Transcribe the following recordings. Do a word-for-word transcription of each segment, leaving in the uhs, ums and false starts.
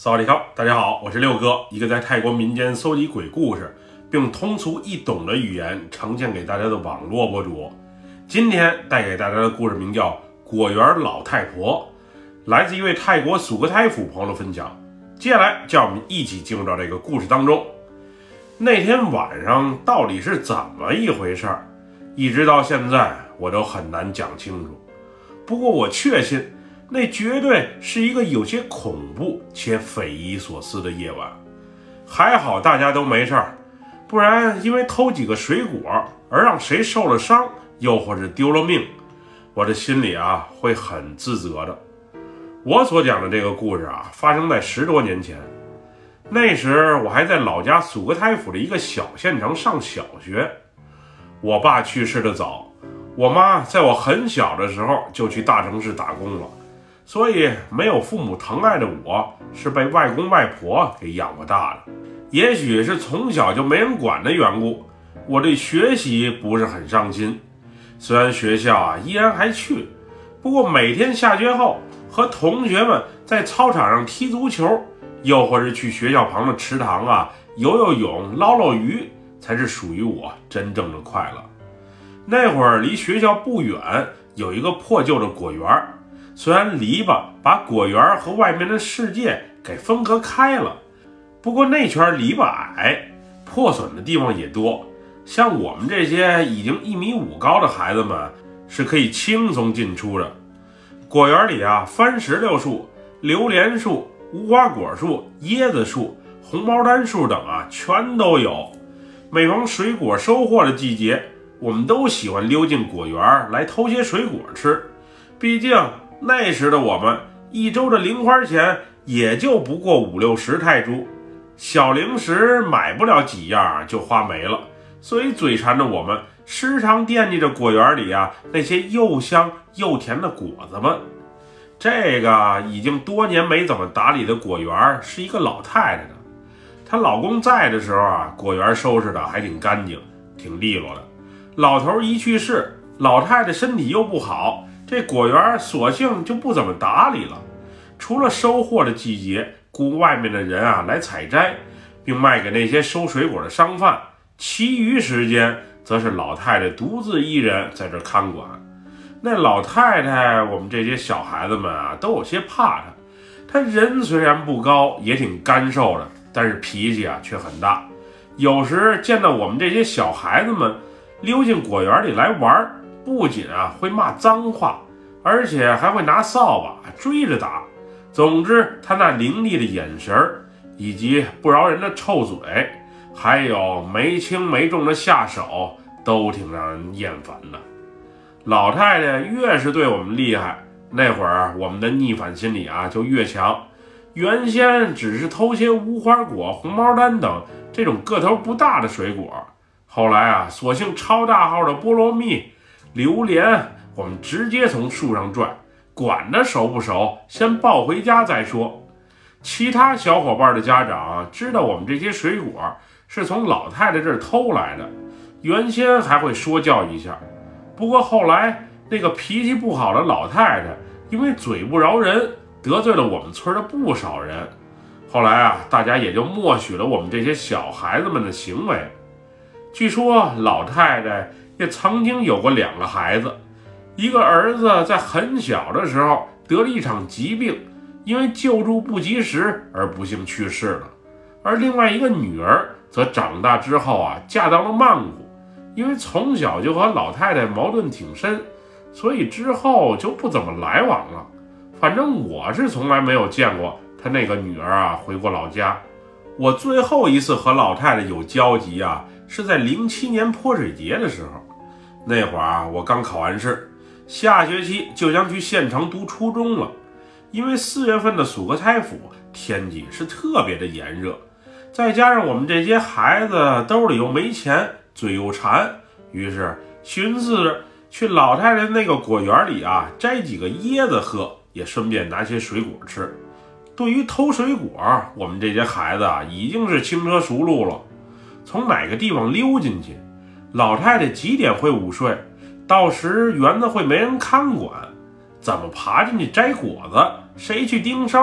萨瓦迪卡，大家好，我是六哥，一个在泰国民间搜集鬼故事，并用通俗易懂的语言呈现给大家的网络博主。今天带给大家的故事名叫《果园老太婆》，来自一位泰国素格泰府朋友的分享。接下来，叫我们一起进入到这个故事当中。那天晚上到底是怎么一回事儿，一直到现在我都很难讲清楚。不过我确信，那绝对是一个有些恐怖且匪夷所思的夜晚。还好大家都没事儿，不然因为偷几个水果而让谁受了伤，又或是丢了命，我的心里啊会很自责的。我所讲的这个故事啊，发生在十多年前。那时我还在老家素格泰府的一个小县城上小学。我爸去世的早，我妈在我很小的时候就去大城市打工了，所以没有父母疼爱的我是被外公外婆给养活大的。也许是从小就没人管的缘故，我对学习不是很上心。虽然学校啊依然还去，不过每天下学后和同学们在操场上踢足球，又或是去学校旁的池塘啊游游泳、捞捞鱼，才是属于我真正的快乐。那会儿离学校不远有一个破旧的果园，虽然篱笆把果园和外面的世界给分隔开了，不过那圈篱笆矮，破损的地方也多，像我们这些已经一米五高的孩子们是可以轻松进出的。果园里啊，番石榴树、榴莲树、无花果树、椰子树、红毛丹树等啊，全都有。每逢水果收获的季节，我们都喜欢溜进果园来偷些水果吃。毕竟那时的我们一周的零花钱也就不过五六十泰铢，小零食买不了几样就花没了，所以嘴馋的我们时常惦记着果园里啊那些又香又甜的果子们。这个已经多年没怎么打理的果园是一个老太太的，她老公在的时候啊，果园收拾的还挺干净挺利落的。老头一去世，老太太身体又不好，这果园索性就不怎么打理了。除了收获的季节雇外面的人啊来采摘，并卖给那些收水果的商贩，其余时间则是老太太独自一人在这看管。那老太太我们这些小孩子们啊都有些怕她，她人虽然不高，也挺干瘦的，但是脾气啊却很大。有时见到我们这些小孩子们溜进果园里来玩，不仅啊会骂脏话，而且还会拿扫把追着打。总之他那凌厉的眼神以及不饶人的臭嘴，还有没轻没重的下手，都挺让人厌烦的。老太太越是对我们厉害，那会儿我们的逆反心理啊就越强。原先只是偷些无花果、红毛丹等这种个头不大的水果，后来啊索性超大号的菠萝蜜、榴莲我们直接从树上拽，管它熟不熟，先抱回家再说。其他小伙伴的家长啊知道我们这些水果是从老太太这儿偷来的，原先还会说教一下，不过后来那个脾气不好的老太太因为嘴不饶人，得罪了我们村的不少人。后来啊大家也就默许了我们这些小孩子们的行为。据说老太太也曾经有过两个孩子，一个儿子在很小的时候得了一场疾病，因为救助不及时而不幸去世了，而另外一个女儿则长大之后啊嫁到了曼谷，因为从小就和老太太矛盾挺深，所以之后就不怎么来往了。反正我是从来没有见过她那个女儿啊回过老家。我最后一次和老太太有交集啊是在零七年泼水节的时候。那会儿啊我刚考完试，下学期就将去县城读初中了。因为四月份的素格泰府天气是特别的炎热，再加上我们这些孩子兜里又没钱，嘴又馋，于是寻思着去老太太那个果园里啊摘几个椰子喝，也顺便拿些水果吃。对于偷水果，我们这些孩子啊已经是轻车熟路了。从哪个地方溜进去，老太太几点会午睡，到时园子会没人看管，怎么爬进去摘果子，谁去盯梢，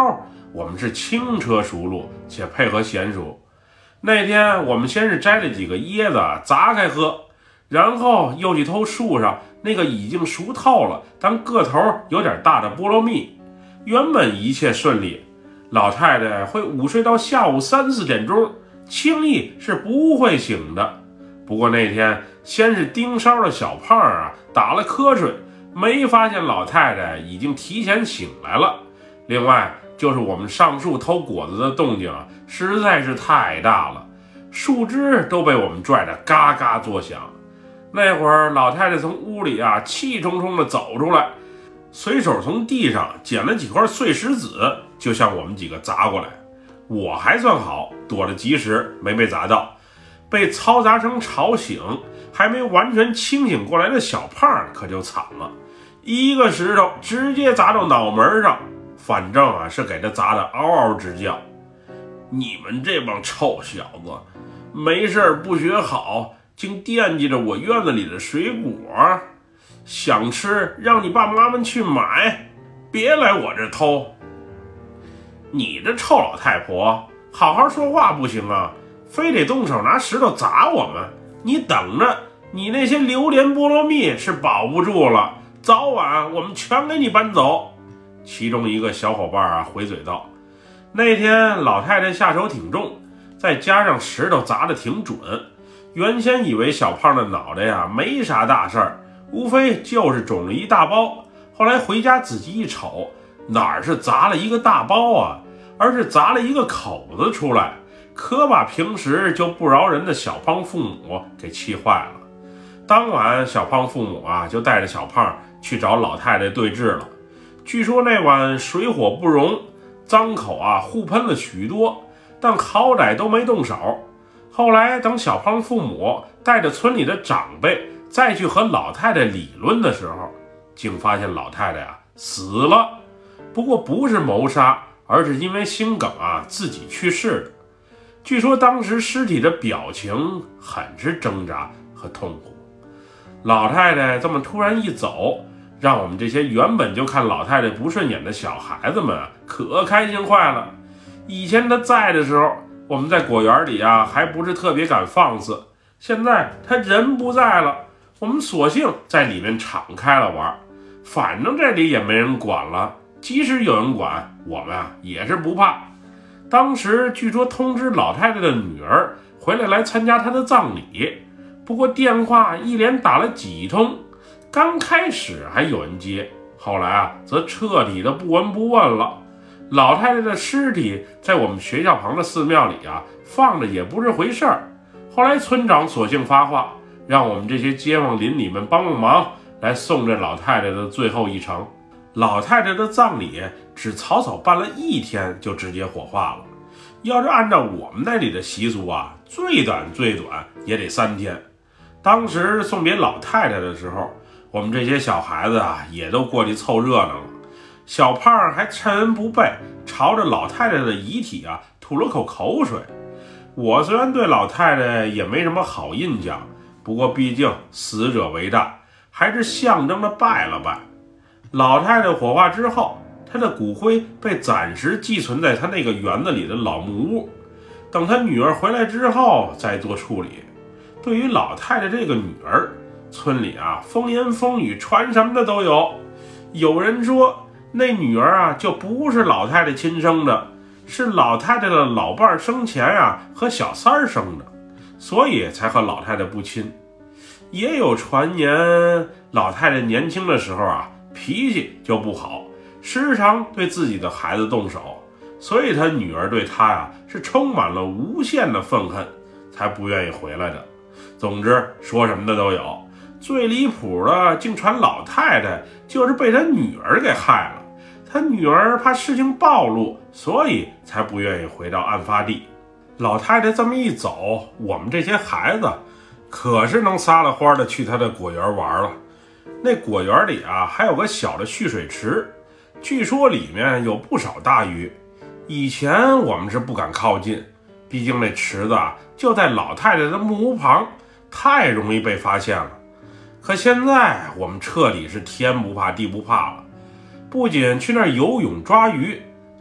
我们是轻车熟路，且配合娴熟。那天我们先是摘了几个椰子砸开喝，然后又去偷树上那个已经熟透了但个头有点大的菠萝蜜。原本一切顺利，老太太会午睡到下午三四点钟，轻易是不会醒的。不过那天先是盯梢的小胖啊打了瞌睡，没发现老太太已经提前醒来了。另外就是我们上树偷果子的动静啊实在是太大了，树枝都被我们拽得嘎嘎作响。那会儿老太太从屋里啊气冲冲地走出来，随手从地上捡了几块碎石子，就向我们几个砸过来。我还算好，躲得及时，没被砸到。被嘈杂声吵醒，还没完全清醒过来的小胖可就惨了，一个石头直接砸到脑门上，反正啊是给他砸得嗷嗷直叫。你们这帮臭小子，没事不学好，竟惦记着我院子里的水果，想吃让你爸妈们去买，别来我这偷。你这臭老太婆，好好说话不行啊，非得动手拿石头砸我们。你等着，你那些榴莲菠萝蜜是保不住了，早晚我们全给你搬走。其中一个小伙伴啊回嘴道，那天老太太下手挺重，再加上石头砸得挺准，原先以为小胖的脑袋呀没啥大事儿，无非就是肿了一大包。后来回家仔细一瞅，哪是砸了一个大包啊，而是砸了一个口子出来，可把平时就不饶人的小胖父母给气坏了。当晚小胖父母啊就带着小胖去找老太太对峙了。据说那晚水火不容，脏口啊互喷了许多，但好歹都没动手。后来等小胖父母带着村里的长辈再去和老太太理论的时候，竟发现老太太啊死了，不过不是谋杀，而是因为心梗啊自己去世的。据说当时尸体的表情很是挣扎和痛苦。老太太这么突然一走，让我们这些原本就看老太太不顺眼的小孩子们啊可开心坏了。以前她在的时候，我们在果园里啊还不是特别敢放肆，现在她人不在了，我们索性在里面敞开了玩，反正这里也没人管了，即使有人管，我们啊也是不怕。当时据说通知老太太的女儿回来来参加她的葬礼，不过电话一连打了几通，刚开始还有人接，后来啊则彻底的不闻不问了。老太太的尸体在我们学校旁的寺庙里啊放着也不是回事儿。后来村长索性发话，让我们这些街坊邻里们帮帮忙，来送这老太太的最后一程。老太太的葬礼只草草办了一天就直接火化了，要是按照我们那里的习俗啊，最短最短也得三天。当时送别老太太的时候，我们这些小孩子啊也都过去凑热闹了。小胖还趁人不备，朝着老太太的遗体啊吐了口口水。我虽然对老太太也没什么好印象，不过毕竟死者为大，还是象征的拜了拜。老太太火化之后，她的骨灰被暂时寄存在她那个园子里的老木屋，等她女儿回来之后再做处理。对于老太太这个女儿，村里啊风言风语传什么的都有。有人说那女儿啊就不是老太太亲生的，是老太太的老伴生前啊和小三儿生的，所以才和老太太不亲。也有传言老太太年轻的时候啊脾气就不好，时常对自己的孩子动手，所以她女儿对她呀是充满了无限的愤恨，才不愿意回来的。总之说什么的都有，最离谱的竟传老太太就是被她女儿给害了，她女儿怕事情暴露，所以才不愿意回到案发地。老太太这么一走，我们这些孩子可是能撒了欢的去她的果园玩了。那果园里啊还有个小的蓄水池，据说里面有不少大鱼。以前我们是不敢靠近，毕竟那池子啊就在老太太的木屋旁，太容易被发现了。可现在我们彻底是天不怕地不怕了，不仅去那儿游泳抓鱼，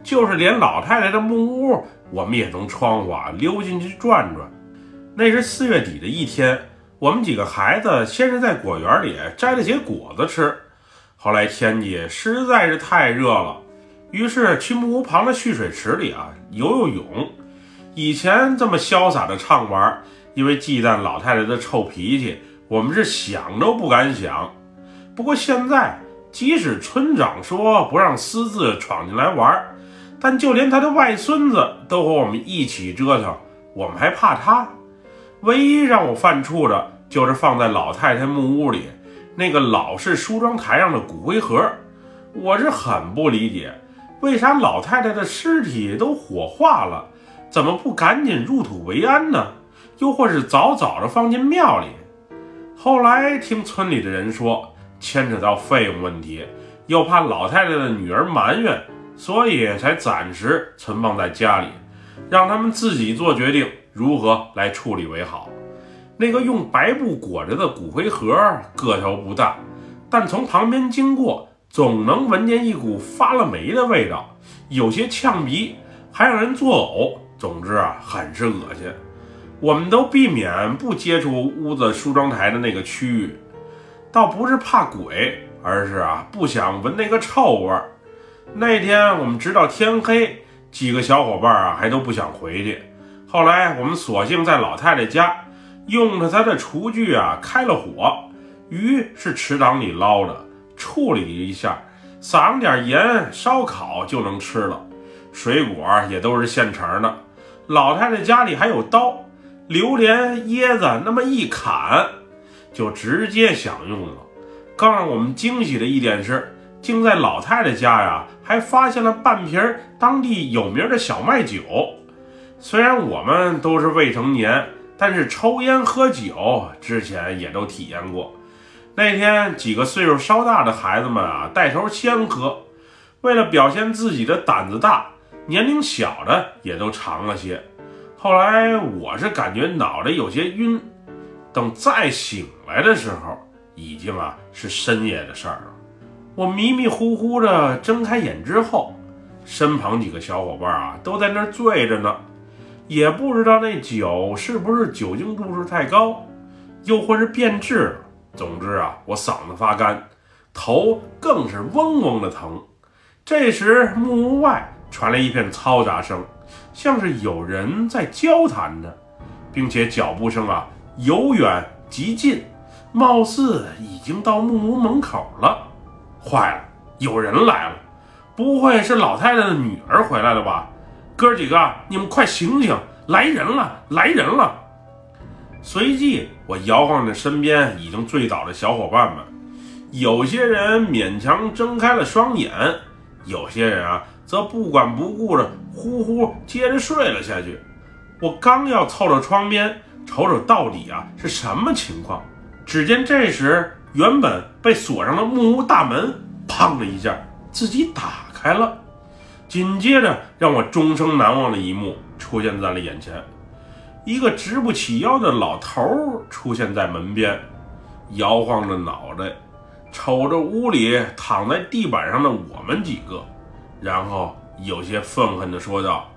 就是连老太太的木屋，我们也从窗户啊溜进去转转。那是四月底的一天，我们几个孩子先是在果园里摘了些果子吃，后来天气实在是太热了，于是去木屋旁的蓄水池里啊游游泳。以前这么潇洒的畅玩，因为忌惮老太太的臭脾气，我们是想都不敢想。不过现在，即使村长说不让私自闯进来玩，但就连他的外孙子都和我们一起折腾，我们还怕他？唯一让我犯怵的就是放在老太太木屋里那个老式梳妆台上的骨灰盒。我是很不理解，为啥老太太的尸体都火化了，怎么不赶紧入土为安呢？又或是早早的放进庙里？后来听村里的人说，牵扯到费用问题，又怕老太太的女儿埋怨，所以才暂时存放在家里，让他们自己做决定如何来处理为好。那个用白布裹着的骨灰盒个头不大，但从旁边经过总能闻见一股发了霉的味道，有些呛鼻，还让人作呕。总之啊，很是恶心。我们都避免不接触屋子梳妆台的那个区域，倒不是怕鬼，而是啊不想闻那个臭味儿。那天我们直到天黑，几个小伙伴啊还都不想回去。后来我们索性在老太太家用着她的厨具啊开了火，鱼是池塘里捞的，处理一下，撒上点盐，烧烤就能吃了。水果也都是现成的。老太太家里还有刀，榴莲、椰子那么一砍就直接享用了。更让我们惊喜的一点是，竟在老太太家呀还发现了半瓶当地有名的小麦酒。虽然我们都是未成年，但是抽烟喝酒之前也都体验过。那天几个岁数稍大的孩子们啊带头先喝，为了表现自己的胆子大，年龄小的也都尝了些。后来我是感觉脑袋有些晕，等再醒来的时候，已经啊是深夜的事儿了。我迷迷糊糊的睁开眼之后，身旁几个小伙伴啊都在那儿醉着呢，也不知道那酒是不是酒精度数太高，又或是变质了。总之啊，我嗓子发干，头更是嗡嗡的疼。这时木屋外传来一片嘈杂声，像是有人在交谈着，并且脚步声啊由远及近，貌似已经到木屋门口了。坏了，有人来了，不会是老太太的女儿回来了吧？哥几个，你们快醒醒，来人了，来人了！随即我摇晃着身边已经醉倒的小伙伴们，有些人勉强睁开了双眼，有些人啊则不管不顾的呼呼接着睡了下去。我刚要凑到窗边瞅瞅到底啊是什么情况，只见这时原本被锁上的木屋大门砰的一下自己打开了，紧接着让我终生难忘的一幕出现在了眼前。一个直不起腰的老头出现在门边，摇晃着脑袋，瞅着屋里躺在地板上的我们几个，然后有些愤恨地说道：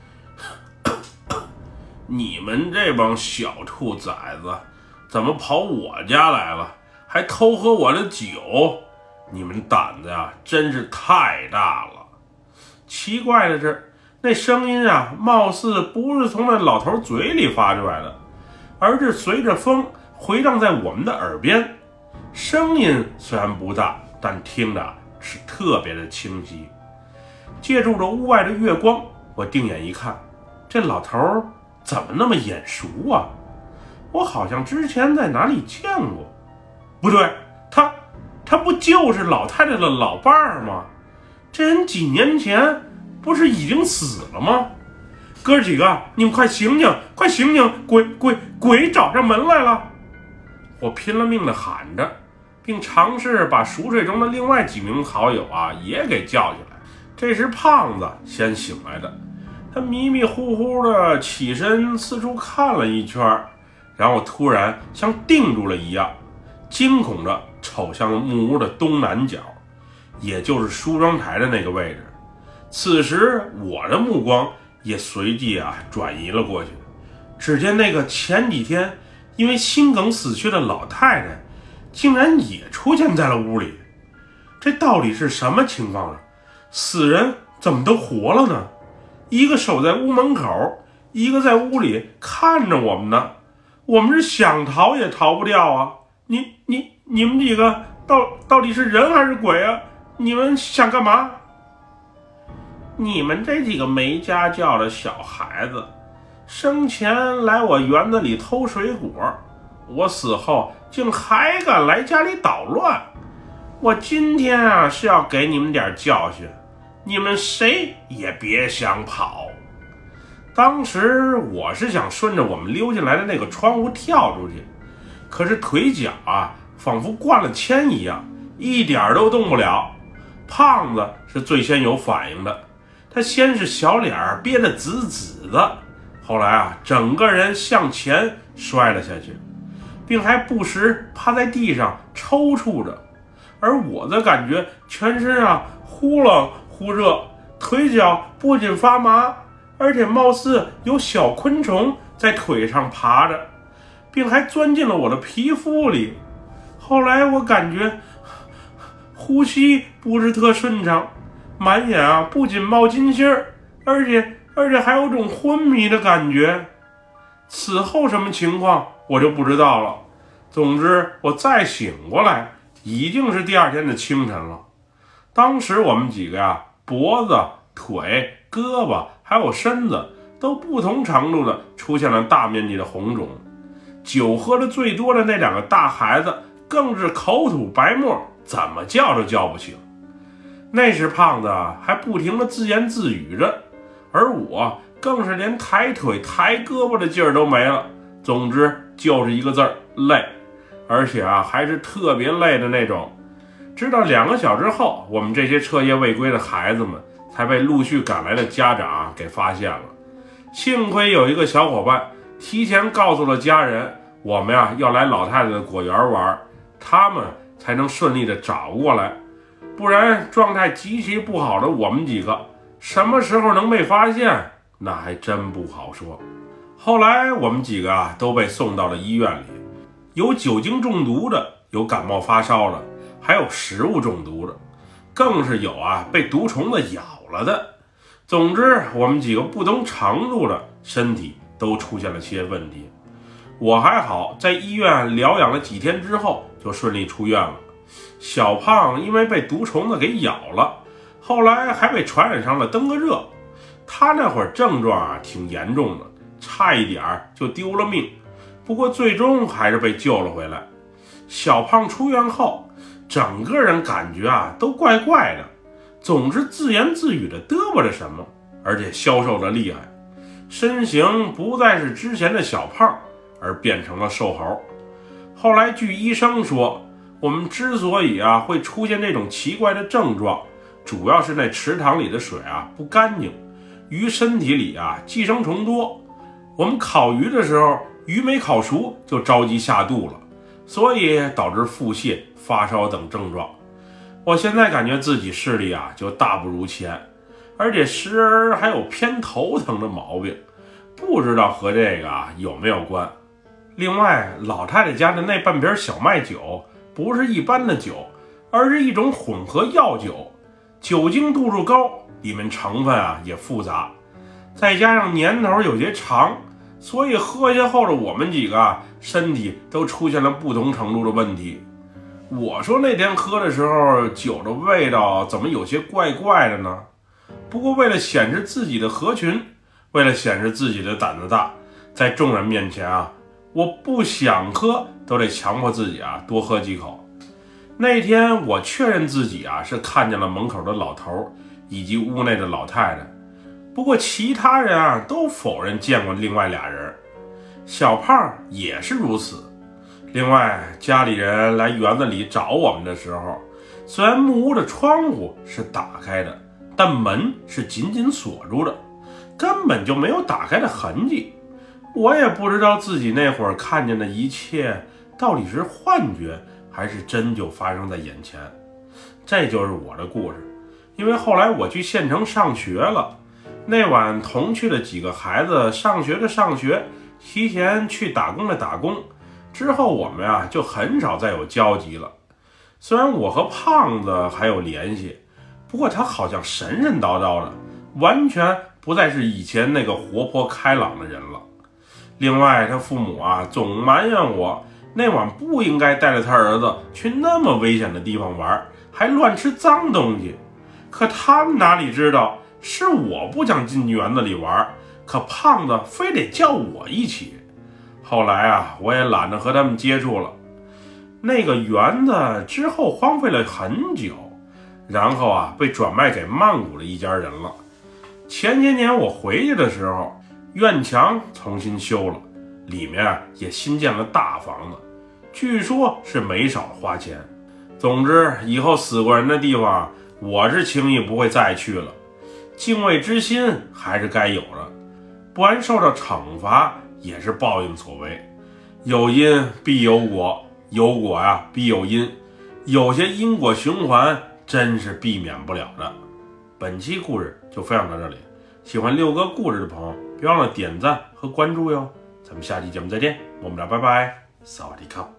你们这帮小兔崽子怎么跑我家来了，还偷喝我的酒，你们胆子呀真是太大了。奇怪的是，那声音啊貌似不是从那老头嘴里发出来的，而是随着风回荡在我们的耳边。声音虽然不大，但听着是特别的清晰。借助着屋外的月光，我定眼一看，这老头怎么那么眼熟啊？我好像之前在哪里见过。不对，他他不就是老太太的老伴儿吗？这人几年前不是已经死了吗？哥几个，你们快醒醒，快醒醒，鬼鬼鬼找上门来了！我拼了命的喊着，并尝试把熟睡中的另外几名好友啊也给叫起来。这时胖子先醒来的，他迷迷糊糊的起身四处看了一圈，然后突然像定住了一样，惊恐地瞅向了木屋的东南角，也就是梳妆台的那个位置。 此时我的目光也随即啊转移了过去，只见那个前几天因为心梗死去的老太太竟然也出现在了屋里。这到底是什么情况啊？死人怎么都活了呢？一个守在屋门口，一个在屋里看着我们呢，我们是想逃也逃不掉啊！你你你们几个到到底是人还是鬼啊？你们想干嘛？你们这几个没家教的小孩子，生前来我园子里偷水果，我死后竟还敢来家里捣乱。我今天啊是要给你们点教训，你们谁也别想跑。当时我是想顺着我们溜进来的那个窗户跳出去，可是腿脚啊仿佛灌了铅一样，一点都动不了。胖子是最先有反应的，他先是小脸憋得紫紫的，后来啊整个人向前摔了下去，并还不时趴在地上抽搐着。而我的感觉全身啊忽冷忽热，腿脚不仅发麻，而且貌似有小昆虫在腿上爬着，并还钻进了我的皮肤里。后来我感觉呼吸不是特顺畅，满眼啊不仅冒金星儿，而且而且还有种昏迷的感觉。此后什么情况我就不知道了。总之我再醒过来已经是第二天的清晨了。当时我们几个呀，脖子、腿、胳膊还有身子都不同程度的出现了大面积的红肿。酒喝的最多的那两个大孩子更是口吐白沫，怎么叫都叫不醒。那时胖子还不停的自言自语着，而我更是连抬腿抬胳膊的劲儿都没了。总之就是一个字儿，累。而且啊还是特别累的那种。直到两个小时后，我们这些彻夜未归的孩子们才被陆续赶来的家长给发现了。幸亏有一个小伙伴提前告诉了家人，我们呀要来老太太的果园玩，他们才能顺利的找过来。不然状态极其不好的我们几个什么时候能被发现，那还真不好说。后来我们几个啊都被送到了医院里，有酒精中毒的，有感冒发烧的，还有食物中毒的，更是有啊被毒虫子咬了的。总之我们几个不同程度的身体都出现了些问题。我还好，在医院疗养了几天之后就顺利出院了。小胖因为被毒虫子给咬了，后来还被传染上了登革热。他那会儿症状啊挺严重的，差一点就丢了命，不过最终还是被救了回来。小胖出院后，整个人感觉啊都怪怪的，总是自言自语的嘚啵着什么，而且消瘦的厉害，身形不再是之前的小胖，而变成了瘦猴。后来据医生说，我们之所以啊会出现这种奇怪的症状，主要是那池塘里的水啊不干净，鱼身体里啊寄生虫多，我们烤鱼的时候鱼没烤熟就着急下肚了，所以导致腹泻、发烧等症状。我现在感觉自己视力啊就大不如前，而且时而还有偏头疼的毛病，不知道和这个啊有没有关。另外，老太太家的那半瓶小麦酒不是一般的酒，而是一种混合药酒，酒精度数高，里面成分啊也复杂，再加上年头有些长，所以喝下后的我们几个啊身体都出现了不同程度的问题。我说那天喝的时候酒的味道怎么有些怪怪的呢？不过为了显示自己的合群，为了显示自己的胆子大，在众人面前啊我不想喝都得强迫自己啊多喝几口。那天我确认自己啊是看见了门口的老头以及屋内的老太太，不过其他人啊都否认见过另外俩人，小胖也是如此。另外家里人来园子里找我们的时候，虽然木屋的窗户是打开的，但门是紧紧锁住的，根本就没有打开的痕迹。我也不知道自己那会儿看见的一切到底是幻觉还是真就发生在眼前。这就是我的故事。 因为后来我去县城上学了，那晚同去的几个孩子上学的上学，提前去打工的打工，之后我们啊就很少再有交集了。虽然我和胖子还有联系，不过他好像神神叨叨的，完全不再是以前那个活泼开朗的人了。另外他父母啊总埋怨我那晚不应该带着他儿子去那么危险的地方玩，还乱吃脏东西。可他们哪里知道是我不想进园子里玩，可胖子非得叫我一起。后来啊我也懒得和他们接触了。那个园子之后荒废了很久，然后啊被转卖给曼谷的一家人了。前些年我回去的时候，院墙重新修了，里面啊也新建了大房子，据说是没少花钱。总之以后死过人的地方我是轻易不会再去了，敬畏之心还是该有的，不然受到惩罚也是报应所为。有因必有果，有果啊必有因，有些因果循环真是避免不了的。本期故事就分享到这里，喜欢六哥故事的朋友别忘了点赞和关注哟。咱们下期节目再见，我们俩拜拜，萨瓦迪卡。